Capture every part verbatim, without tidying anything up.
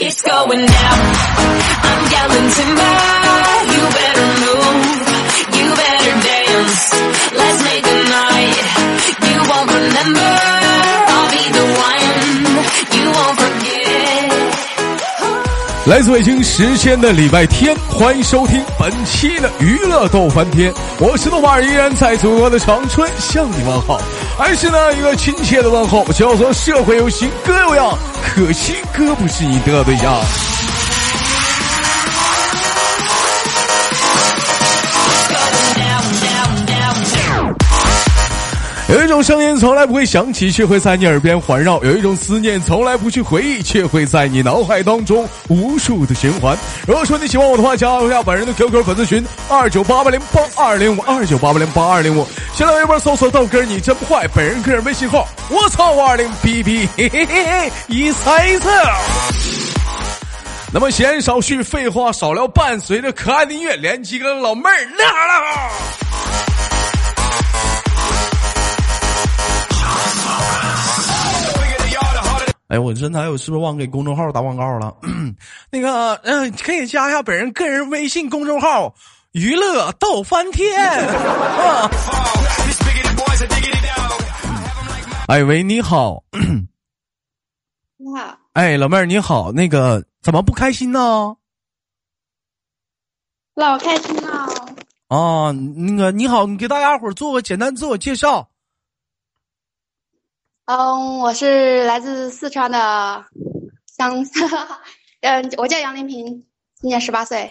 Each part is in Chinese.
It's going down. I'm yelling timber. You better move. You better dance. Let's make a night. You won't remember. I'll be the one. You won't forget. 来自北京时间的礼拜天，欢迎收听本期的娱乐逗翻天，我是豆瓣，依然在祖国的长春向你问好，还是呢一个亲切的问候，叫做社会有型哥有样，可惜哥不是你的对象。有一种声音从来不会响起，却会在你耳边环绕；有一种思念从来不去回忆，却会在你脑海当中无数的循环。如果说你喜欢我的话，加一下本人的 Q Q 粉丝群二九八八零八二零五二九八八零八二零五，新浪微博搜索豆哥你真坏，本人个人微信号我操五二零 B B 嘿嘿嘿嘿一猜测。那么闲少叙，废话少聊，伴随着可爱的音乐，连几个老妹儿那了。哎，我真的我是不是忘给公众号打广告了？那个，嗯、呃，可以加一下本人个人微信公众号“娱乐逗翻天”。啊、哎喂，你好。 你好。 哎，老妹儿你好，那个怎么不开心呢？ 老开心了。 啊，那个你好，你给大家伙做个简单自我介绍。 嗯，我是来自四川的杨，嗯，我叫杨林平，今年十八岁。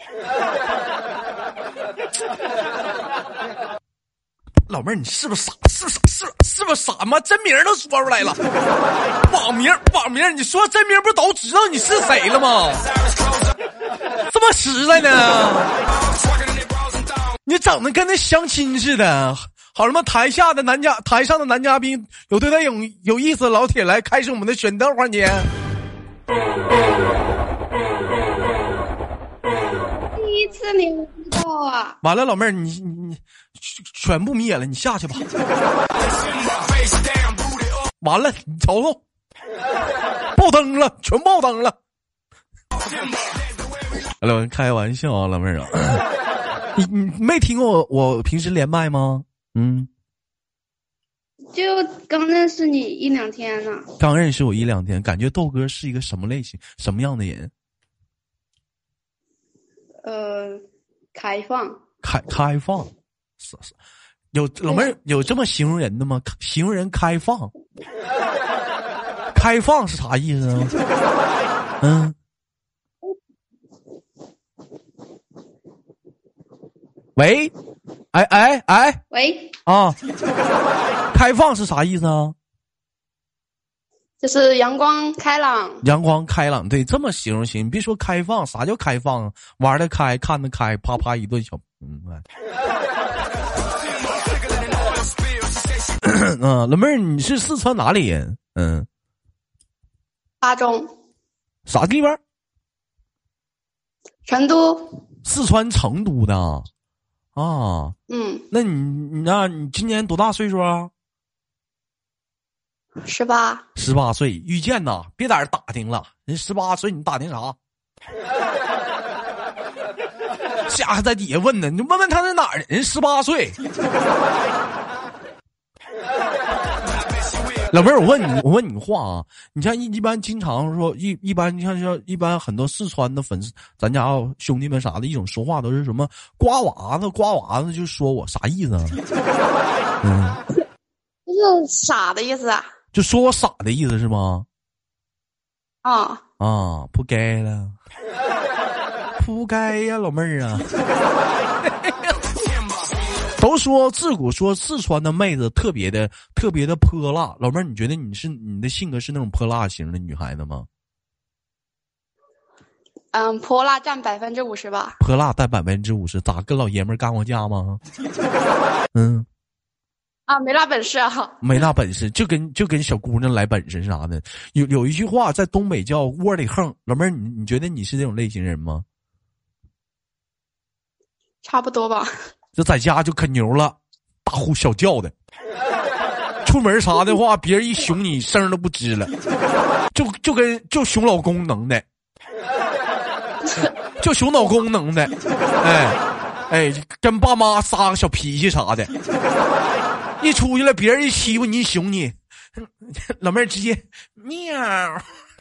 老妹儿，你是不是傻？是是是是不是傻吗？真名都说出来了，网名网名，你说真名不都知道你是谁了吗？这么实在呢？你整的跟那相亲似的。好了吗？台下的男嘉，台上的男嘉宾有对他有有意思的老铁来开始我们的选灯环节。 第一次你不知道啊？ 完了，老妹儿，你你你全部灭了，你下去吧。完了，你瞅瞅，爆灯了，全爆灯了。好了，开玩笑啊，老妹儿啊，你你没听过我我平时连麦吗？嗯， 就刚认识你一两天呢。 刚认识我一两天，感觉豆哥是一个什么类型、什么样的人？ 呃，开放。 开开放，是是，有老妹儿有这么形容人的吗？形容人开放，开放是啥意思啊？嗯。喂，哎哎哎， 喂啊，开放是啥意思啊？ 就是阳光开朗。 阳光开朗，对，这么形容行。你别说开放，啥叫开放啊？玩得开，看得开，啪啪一顿小，嗯，嗯，老妹儿，你是四川哪里人？嗯， 巴中。 啥地方？ 成都。 四川成都的。啊， 嗯， 那你你那你今年多大岁数啊？ 十八。 十八岁，遇见呐，别在这打听了，人十八岁你打听啥？下还在底下问呢，你问问他是哪儿的？人十八岁。老妹儿，我问你，我问你话啊，你像一一般经常说一一般，你像像一般很多四川的粉丝，咱家兄弟们啥的，一种说话都是什么瓜娃子瓜娃子，就说我啥意思啊？嗯， 就是傻的意思啊？ 就说我傻的意思是吗？ 啊啊，不该了，不该呀，老妹儿啊。都说自古说四川的妹子特别的特别的泼辣，老妹儿，你觉得你是你的性格是那种泼辣型的女孩子吗？ 嗯，泼辣占百分之五十吧。 泼辣占百分之五十，咋跟老爷们儿干过架吗？嗯， 啊，没那本事啊， 没那本事，就跟就跟小姑娘来本事啥的。有有一句话在东北叫窝里横，老妹儿，你你觉得你是这种类型人吗？ 差不多吧。 就在家就可牛了，大呼小叫的，出门啥的话，别人一熊你声都不吱了，就就跟就熊老公能的。 就熊脑功能的，哎哎，跟爸妈撒个小脾气啥的，一出去了，别人一欺负你，一熊你，老妹儿直接喵。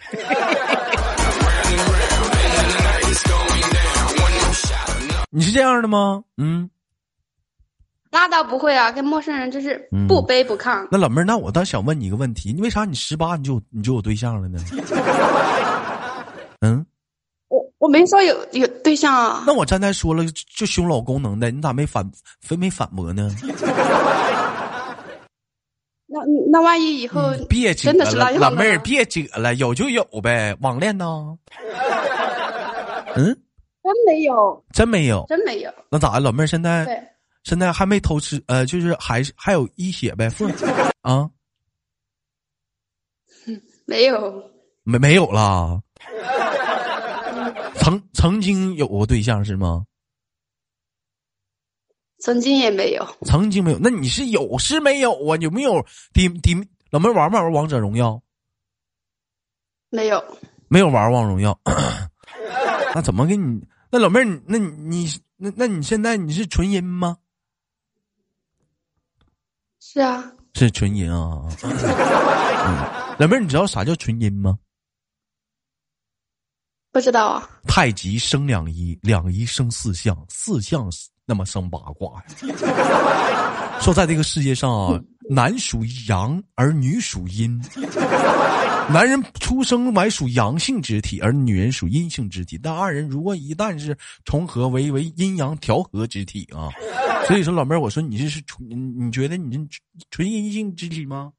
你是这样的吗？嗯， 那倒不会啊，跟陌生人就是不卑不亢。 嗯、那老妹儿，那我倒想问你一个问题，你为啥你十八你就你就有对象了呢？嗯， 我我没说有有对象啊。 那我刚才说了就凶老功能的，你咋没反非没反驳呢？ 那那万一以后、 嗯、别真的是了，老妹儿别折了，有就有呗，网恋呢？嗯， 真没有， 真没有， 真没有。 那咋？老妹儿现在对现在还没偷吃，呃，就是还是还有一血呗，父啊， 没有， 没没有啦。曾曾经有过对象是吗？ 曾经也没有， 曾经没有。那你是有是没有啊？有没有？底底老妹儿玩没玩王者荣耀？ 没有， 没有玩王者荣耀。那怎么给你？那老妹儿，那你你那那你现在你是纯阴吗？ 是啊， 是纯阴啊。嗯、老妹儿，你知道啥叫纯阴吗？ 不知道啊。 太极生两仪，两仪生四象，四象那么生八卦呀。说在这个世界上啊，男属阳而女属阴。男人出生为属阳性之体，而女人属阴性之体。但二人如果一旦是重合为为阴阳调和之体啊，所以说老妹儿，我说你是是纯，你觉得你是纯阴性之体吗？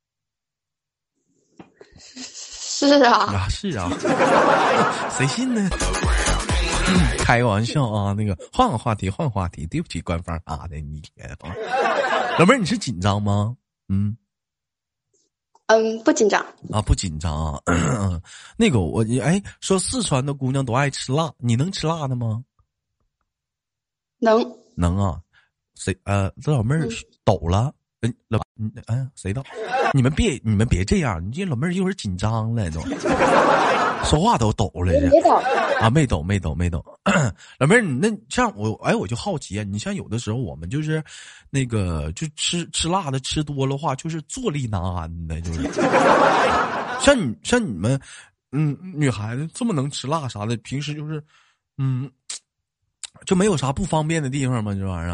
是啊， 啊是啊，谁信呢？开个玩笑啊，那个换个话题，换个话题，对不起官方啊的你天啊，老妹儿你是紧张吗？嗯。 嗯，不紧张啊，不紧张啊。那个我哎，说四川的姑娘都爱吃辣，你能吃辣的吗？ 能能啊。谁呃，这老妹儿抖了，嗯，老嗯哎，谁抖？你们别你们别这样，你这老妹儿一会儿紧张了都，说话都抖了这。 没抖啊，没抖没抖没抖。老妹儿，你那像我哎，我就好奇啊，你像有的时候我们就是那个就吃吃辣的吃多了话，就是坐立难安的，就是像你像你们嗯女孩子这么能吃辣啥的，平时就是嗯就没有啥不方便的地方吗？这玩意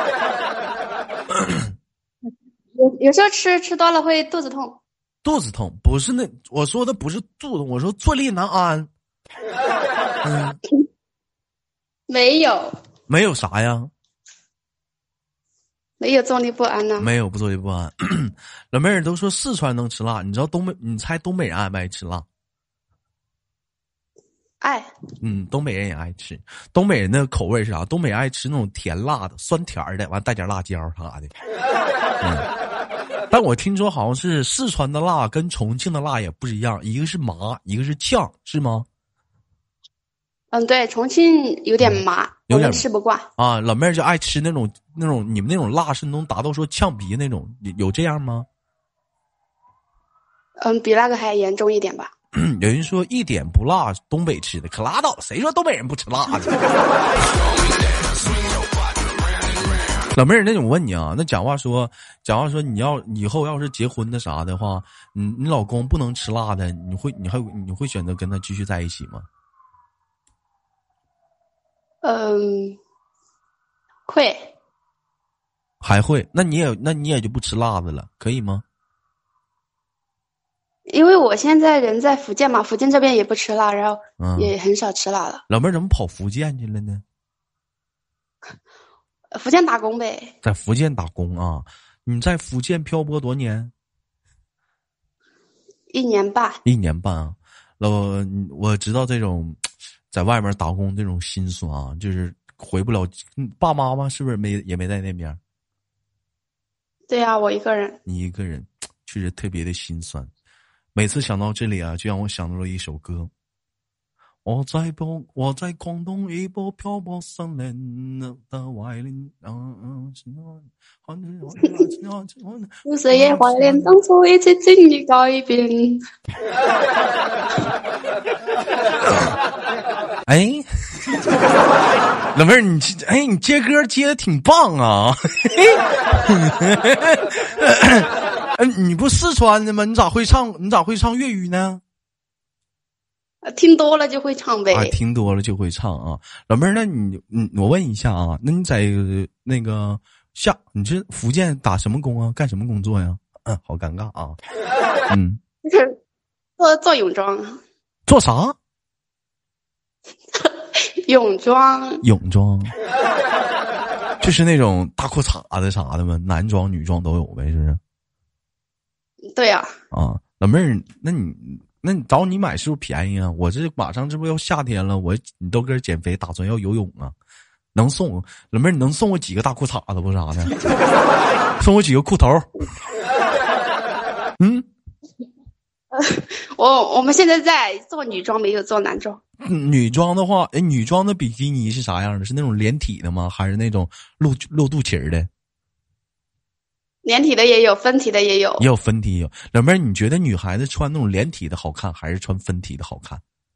儿有有时候吃吃多了会肚子痛。 肚子痛不是那我说的不是肚子，我说坐立难安。嗯， 没有， 没有啥呀？ 没有坐立不安呢、啊。 没有不坐立不安。老妹儿都说四川能吃辣，你知道东北？你猜东北人爱不爱吃辣？ 爱。 嗯，东北人也爱吃。东北人的口味是啥？东北人爱吃那种甜辣的、酸甜的，完带点辣椒啥的。嗯，但我听说好像是四川的辣跟重庆的辣也不一样，一个是麻，一个是呛，是吗？ 嗯，对，重庆有点麻， 有点我们吃不惯啊。老妹儿就爱吃那种那种你们那种辣是能达到说呛鼻那种，有这样吗？ 嗯，比那个还严重一点吧。 有人说一点不辣，东北吃的可拉倒，谁说东北人不吃辣的？老妹儿，那我问你啊，那讲话说，讲话说，你要以后要是结婚的啥的话，你你老公不能吃辣的，你会你还你会选择跟他继续在一起吗？ 嗯，会， 还会？那你也那你也就不吃辣的了，可以吗？ 因为我现在人在福建嘛，福建这边也不吃辣，然后也很少吃辣了。 嗯、老妹儿怎么跑福建去了呢？ 福建打工呗。 在福建打工啊？你在福建漂泊多年？ 一年半。 一年半啊，老我知道这种。在外面打工这种心酸啊，就是回不了。爸妈妈是不是没也没在那边？ 对啊，我一个人。 你一个人，确实特别的心酸。每次想到这里啊，就让我想到了一首歌。我在北，我在广东一波漂泊三年的怀念，嗯五岁也怀念当初一切经历改变。 哎， 老妹儿，你哎，你接歌接的挺棒啊！嗯，你不四川的吗？你咋会唱？你咋会唱粤语呢？ 听多了就会唱呗。 啊，听多了就会唱啊。老妹儿，那你，嗯，我问一下啊，那你在那个下，你是福建打什么工啊？干什么工作呀？嗯，好尴尬啊。嗯， 做做泳装。 做啥？ 泳装。 泳装。就是那种大裤衩子啥的吗？男装女装都有呗，是不是？ 对呀。 啊，老妹儿，那你那你找你买是不是便宜啊？我这马上这不要夏天了，我你豆哥减肥打算要游泳啊，能送老妹儿？你能送我几个大裤衩子不啥的？送我几个裤头？嗯， 呃，我我们现在在做女装，没有做男装。 女装的话，哎，女装的比基尼是啥样的？是那种连体的吗？还是那种露露肚脐的？ 连体的也有，分体的也有。 也有分体有。老妹儿，你觉得女孩子穿那种连体的好看，还是穿分体的好看？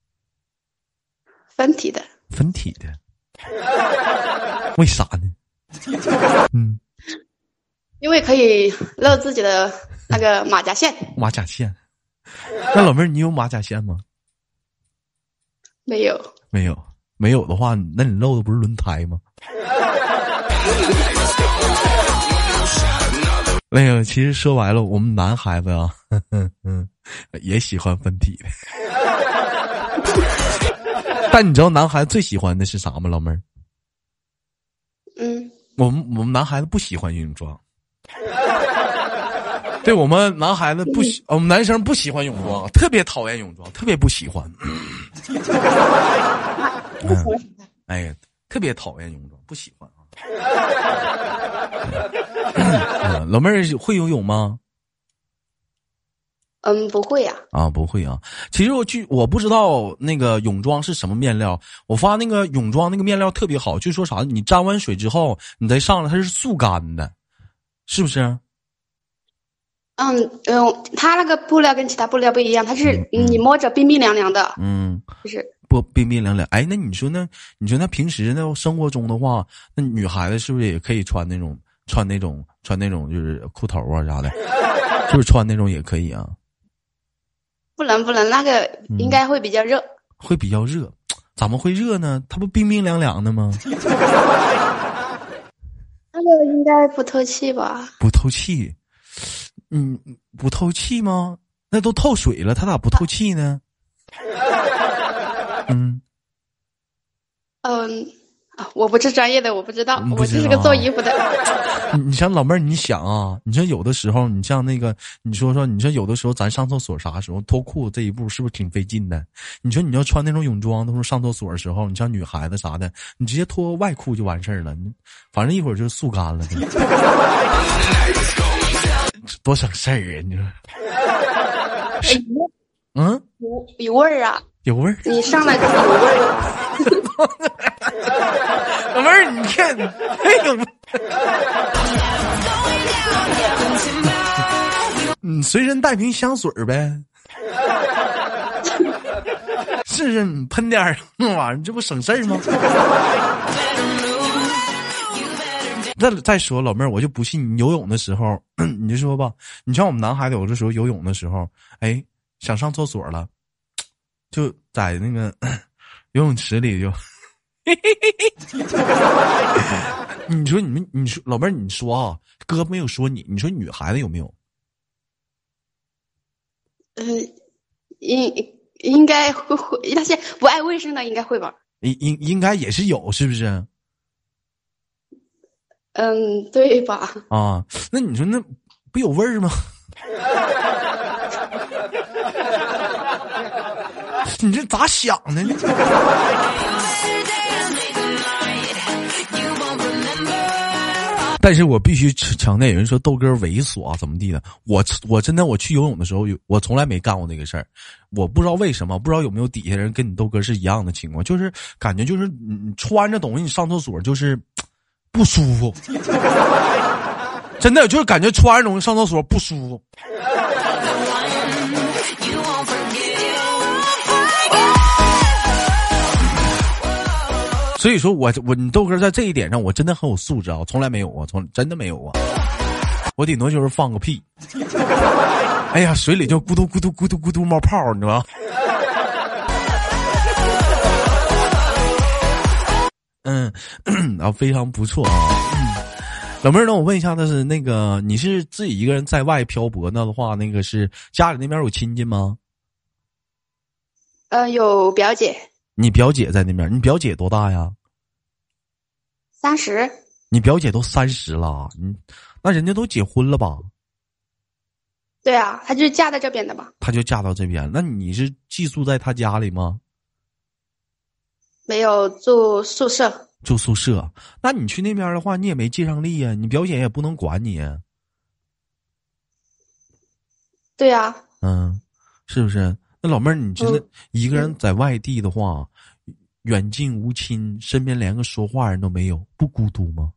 分体的。 分体的。为啥呢？嗯， 因为可以露自己的那个马甲线。 马甲线。那老妹儿，你有马甲线吗？ 没有。 没有。没有的话，那你露的不是轮胎吗？那个，其实说白了，我们男孩子啊，呵呵嗯，也喜欢分体的。但你知道男孩子最喜欢的是啥吗，老妹儿？ 嗯， 我们我们男孩子不喜欢泳装。对，我们男孩子不喜，我们男生不喜欢泳装，特别讨厌泳装，特别不喜欢。嗯，哎呀，特别讨厌泳装，不喜欢啊。嗯、老妹儿会游泳吗？ 嗯，不会呀、 啊。啊，不会啊。其实我去，我不知道那个泳装是什么面料。我发那个泳装那个面料特别好，就说啥，你沾完水之后，你再上来，它是速干的，是不是？ 嗯嗯，它那个布料跟其他布料不一样，它是、嗯、你摸着冰冰凉凉的。 嗯， 就是不冰冰凉凉。哎，那你说那，你说那平时那生活中的话，那女孩子是不是也可以穿那种穿那种穿那种就是裤头啊啥的？是不是穿那种也可以啊？ 不能不能，那个应该会比较热、 嗯。会比较热，怎么会热呢？它不冰冰凉凉的吗？ 那个应该不透气吧？ 不透气。嗯，不透气吗？那都透水了，它咋不透气呢？嗯， 嗯，我不是专业的，我不知道， 不知道我就是个做衣服的。 你你像老妹儿，你想啊，你说有的时候，你像那个，你说说，你说有的时候咱上厕所啥时候脱裤这一步是不是挺费劲的？你说你要穿那种泳装，都是上厕所的时候，你像女孩子啥的，你直接脱外裤就完事儿了，你反正一会儿就速干了。多省事儿啊！你说，嗯， 有有味儿啊， 有味儿。 你上来就有味儿啊。 老妹儿，你看，哎呦，你随身带瓶香水呗，是是，你喷点儿那玩意儿，这不省事儿吗？再再说老妹儿，我就不信你游泳的时候，你就说吧，你像我们男孩子有的时候游泳的时候，哎，想上厕所了，就在那个游泳池里就，你说你们，你说老妹儿，你说啊，哥没有说你，你说女孩子有没有？ 嗯，应应该会会，那些不爱卫生的应该会吧？ 应应应该也是有，是不是？ 嗯，对吧？ 啊，那你说那不有味儿吗？你这咋想的呢？但是我必须强调，有人说豆哥猥琐啊，怎么地的？我我真的我去游泳的时候，我从来没干过这个事儿。我不知道为什么，不知道有没有底下人跟你豆哥是一样的情况，就是感觉就是你穿着东西你上厕所就是不舒服，真的就是感觉穿着东西上厕所不舒服。 所以说我我你豆哥在这一点上我真的很有素质啊，从来没有啊，从真的没有啊，我顶多就是放个屁，哎呀，水里就咕嘟咕嘟咕嘟咕嘟冒泡，你知道吗？嗯，啊，非常不错啊。嗯，老妹儿，那我问一下，的是那个你是自己一个人在外漂泊那的话，那个是家里那边有亲戚吗？ 呃，有表姐。 你表姐在那边，你表姐多大呀？ 三十。 你表姐都三十了，你那人家都结婚了吧？ 对啊，她就是嫁在这边的嘛。 她就嫁到这边，那你是寄宿在她家里吗？ 没有，住宿舍。 住宿舍，那你去那边的话，你也没介绍力啊，你表姐也不能管你。 对啊。 嗯，是不是？那老妹儿，你真的一个人在外地的话，嗯、远近无亲，身边连个说话人都没有，不孤独吗？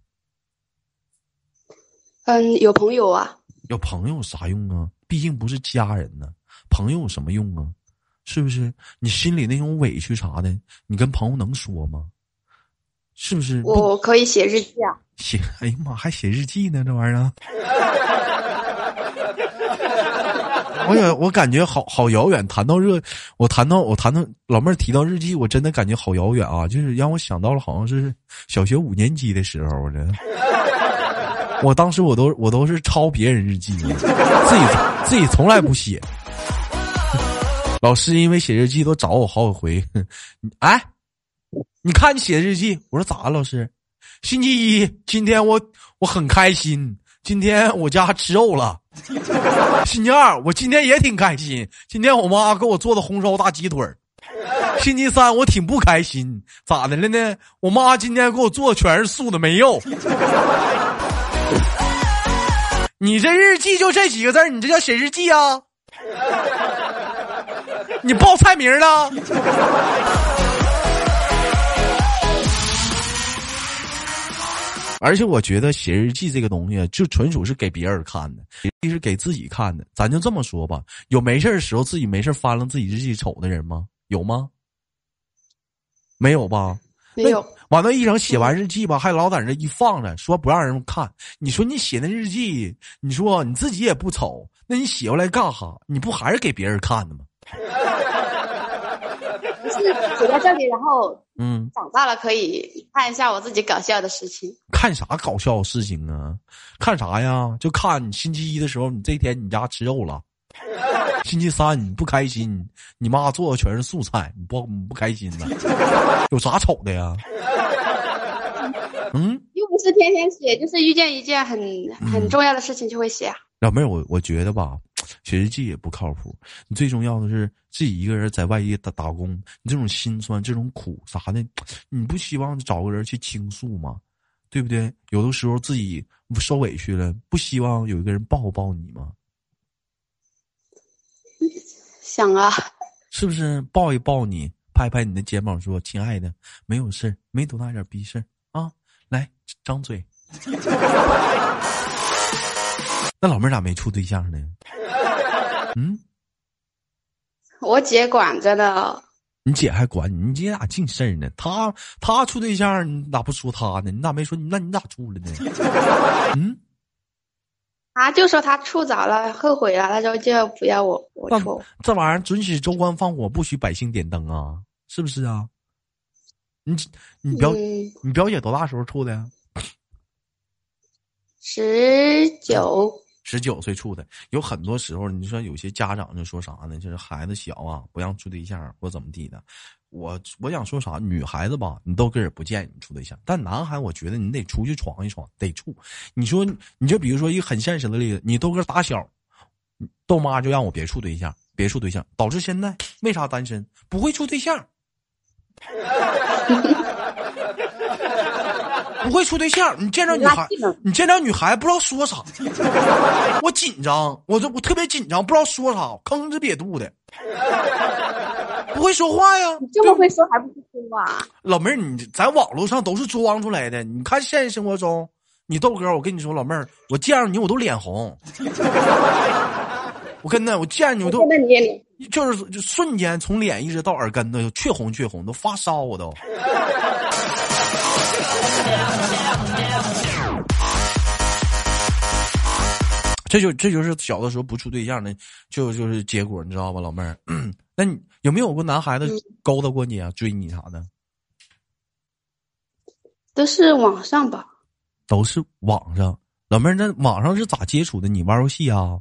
嗯，有朋友啊。 有朋友有啥用啊？毕竟不是家人呢，朋友有什么用啊？是不是？你心里那种委屈啥的，你跟朋友能说吗？是不是？ 我可以写日记啊。 写，哎呀妈，还写日记呢，这玩意儿。我也我感觉好好遥远。谈到热，我谈到我谈到老妹儿提到日记，我真的感觉好遥远啊！就是让我想到了好像是小学五年级的时候，我真。我当时我都我都是抄别人日记，自己自己从来不写。老师因为写日记都找我好几回。哎，你看你写日记，我说咋了？老师，星期一今天我我很开心，今天我家吃肉了。星期二我今天也挺开心，今天我妈给我做的红烧大鸡腿。星期三我挺不开心，咋的了呢？我妈今天给我做的全是素的，没肉。你这日记就这几个字，你这叫写日记啊？你报菜名了？而且我觉得写日记这个东西就纯属是给别人看的，也是给自己看的。咱就这么说吧，有没事的时候自己没事翻了自己日记瞅的人吗？有吗？没有吧？ 没有。 完了，一整写完日记吧，还老在那一放着，说不让人看。你说你写那日记，你说你自己也不瞅，那你写过来干哈？你不还是给别人看的吗？ 不是写在这里，然后嗯， 长大了可以看一下我自己搞笑的事情。 看啥搞笑的事情啊？看啥呀？就看星期一的时候，你这一天你家吃肉了。星期三你不开心，你妈做的全是素菜，你不你不开心呢？有啥丑的呀？嗯， 又不是天天写，就是遇见一件很很重要的事情就会写啊。 老妹儿，我我觉得吧，写日记也不靠谱。你最重要的是自己一个人在外地打打工，你这种心酸、这种苦啥的，你不希望找个人去倾诉吗？对不对？有的时候自己受委屈了，不希望有一个人抱抱你吗？ 想啊， 是不是？抱一抱你，拍拍你的肩膀，说：“亲爱的，没有事，没多大点逼事啊，来张嘴。”那老妹儿咋没处对象呢？嗯， 我姐管着呢。 你姐还管你？你姐咋净事儿呢？她她处对象，你咋不说她呢？你咋没说？那你咋处了呢？嗯。 他就说他处早了，后悔了，他说就不要我我处。 这玩意儿准许州官放火，不许百姓点灯啊，是不是啊？你你表、嗯、你表姐多大时候处的呀？ 十九。 十九岁处的。有很多时候，你说有些家长就说啥呢？就是孩子小啊，不让处对象或怎么地的。我我想说啥？女孩子吧，你都根本不建议你处对象，但男孩我觉得你得出去闯一闯，得处。你说你就比如说一个很现实的例子，你豆哥打小，豆妈就让我别处对象，别处对象，导致现在为啥单身？不会处对象，不会处对象。你见着女孩，你见着女孩不知道说啥，我紧张，我这我特别紧张，不知道说啥，吭哧瘪肚的。不会说话呀！ 你这么会说还不会说啊？ 老妹儿，你在网络上都是装出来的。你看现实生活中，你豆哥，我跟你说，老妹儿，我见着你我都脸红。我跟那我见着你我都，就是就瞬间从脸一直到耳根子，雀红雀红，都发烧我都。 这就这就是小的时候不处对象的，就就是结果，你知道吧，老妹儿？那你有没有过男孩子勾搭过你啊，追你啥的？ 都是网上吧？ 都是网上。老妹儿，那网上是咋接触的？你玩游戏啊？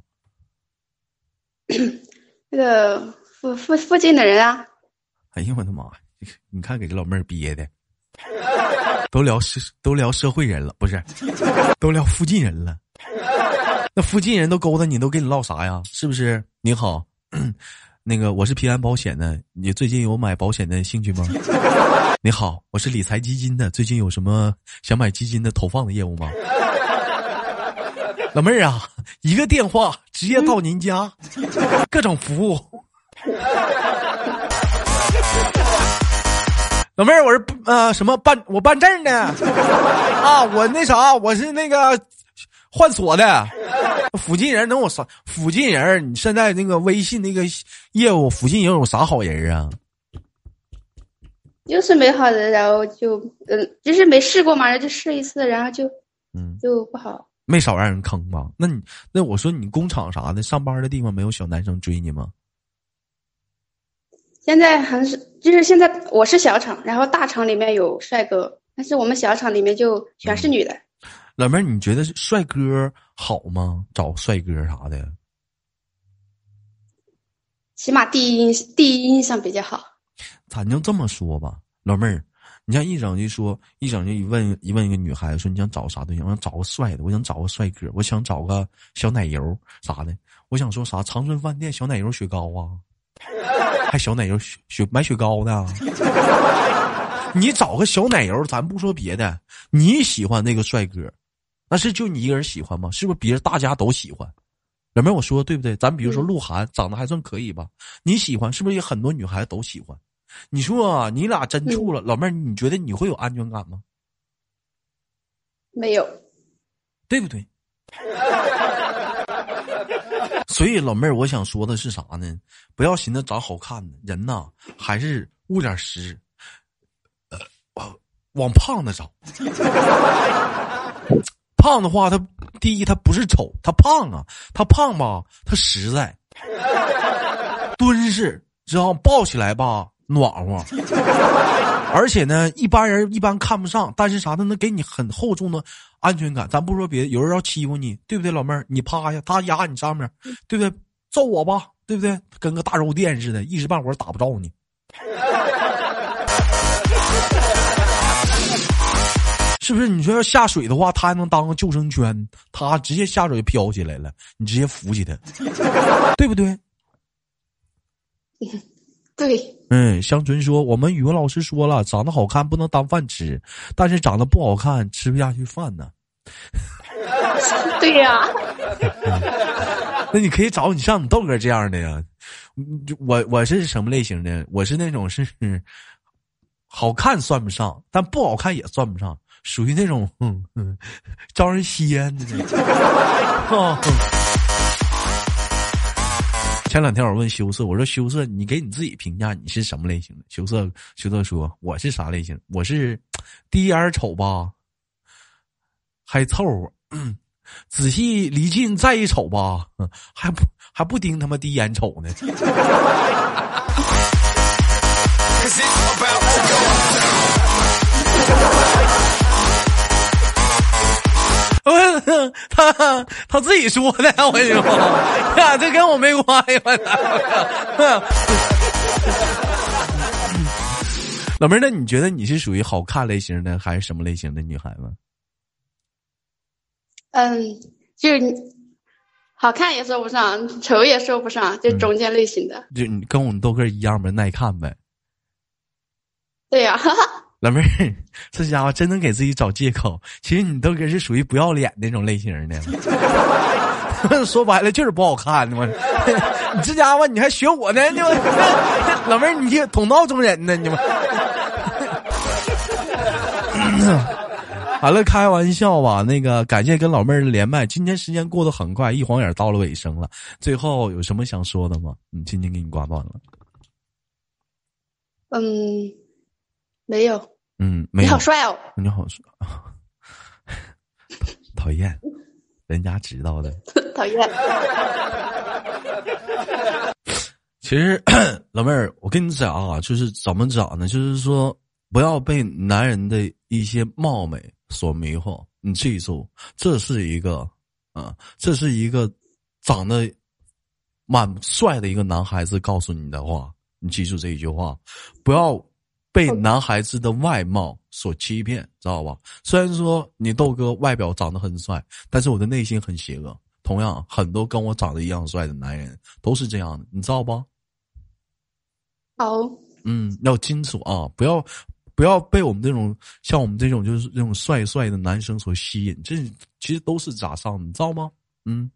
那个附附附近的人啊。 哎呀我的妈呀！你看给这老妹儿憋的，都聊社都聊社会人了，不是？都聊附近人了。那附近人都勾搭你，都跟你唠啥呀？是不是？你好，那个我是平安保险的，你最近有买保险的兴趣吗？你好，我是理财基金的，最近有什么想买基金的投放的业务吗？老妹儿啊，一个电话直接到您家，各种服务。老妹儿，我是呃什么办我办证的啊，我那啥，我是那个换锁的。附近人能有啥？附近人，你现在那个微信那个业务，附近人有啥好人啊？ 就是没好人，然后就嗯，就是没试过嘛，然后就试一次，然后就嗯就不好。 没少让人坑吧？那你那我说你工厂啥的，上班的地方没有小男生追你吗？ 现在还是就是现在我是小厂，然后大厂里面有帅哥，但是我们小厂里面就全是女的。嗯、 老妹儿，你觉得帅哥好吗？找帅哥啥的？ 起码第一印第一印象比较好。 咱就这么说吧，老妹儿，你像一整就说一整就一问一问一个女孩子说你想找啥对象？我想找个帅的，我想找个帅哥，我想找个小奶油啥的。我想说啥？长春饭店小奶油雪糕啊，还小奶油雪雪买雪糕呢。你找个小奶油，咱不说别的，你喜欢那个帅哥，那是就你一个人喜欢吗？是不是别人大家都喜欢？老妹儿，我说对不对？咱比如说鹿晗长得还算可以吧，你喜欢是不是也很多女孩子都喜欢？你说、啊、你俩真处了、嗯、老妹儿，你觉得你会有安全感吗？ 没有， 对不对？所以老妹儿，我想说的是啥呢？不要寻思长好看的人呐，还是务点实，呃，往胖的找。胖的话，他第一他不是丑，他胖啊，他胖吧，他实在，敦实，知道抱起来吧，暖和。而且呢，一般人一般看不上，但是啥呢？能给你很厚重的安全感。咱不说别的，有人要欺负你，对不对，老妹儿？你趴下，他压你上面，对不对？揍我吧，对不对？跟个大肉垫似的，一时半会儿打不着你。是不是？你说要下水的话，他还能当个救生圈，他直接下水飘起来了，你直接扶起他，对不对？ 对。 嗯，香纯说，我们语文老师说了，长得好看不能当饭吃，但是长得不好看吃不下去饭呢。 对呀、啊嗯。那你可以找你像你豆哥这样的呀。我我是什么类型的？我是那种是好看算不上，但不好看也算不上。属于那种嗯嗯招人稀罕的那种。哦嗯、前两天我问羞涩，我说羞涩，你给你自己评价你是什么类型的？羞涩羞涩说，我是啥类型？我是第一眼瞅吧，还凑合；嗯、仔细离近再一瞅吧，还不还不盯他妈第一眼瞅呢。他他自己说的，我跟你说，呀，这跟我没关系。老妹儿，那你觉得你是属于好看类型的，还是什么类型的女孩子？ 嗯，就是好看也说不上，丑也说不上，就中间类型的。 嗯、就你跟我们豆哥一样呗，耐看呗。 对呀、啊。 老妹儿，这家伙真能给自己找借口。其实你豆哥是属于不要脸那种类型的，说白了就是不好看的嘛。你这家伙你还学我呢？你老妹儿，你同道中人呢？你们。好了，开玩笑吧。那个，感谢跟老妹儿的连麦。今天时间过得很快，一晃眼到了尾声了。最后有什么想说的吗？嗯，今天给你挂断了。 嗯。没有。 嗯， 没有。 你好帅哦！ 你好帅，讨厌，人家知道的。 讨厌。 其实老妹儿，我跟你讲啊，就是怎么讲呢？就是说，不要被男人的一些貌美所迷惑。你记住，这是一个啊，这是一个长得蛮帅的一个男孩子告诉你的话。你记住这一句话，不要被男孩子的外貌所欺骗，知道吧？虽然说你豆哥外表长得很帅，但是我的内心很邪恶。同样，很多跟我长得一样帅的男人都是这样的，你知道吧？ 好， 嗯，要清楚啊，不要不要被我们这种像我们这种就是这种帅帅的男生所吸引，这其实都是假象，你知道吗？嗯，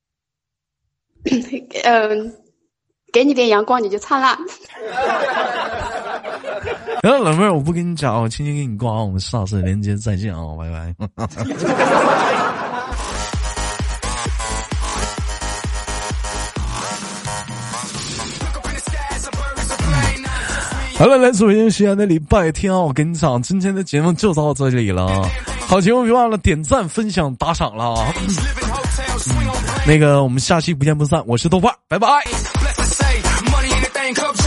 嗯，给你点阳光你就灿烂。 然后老妹儿，我不跟你讲，我轻轻给你挂，我们下次连接再见啊，拜拜。好了，来自北京西安的礼拜天啊，我跟你讲，今天的节目就到这里了。好节目别忘了点赞、分享、打赏了啊！嗯、那个，我们下期不见不散。我是豆瓣，拜拜。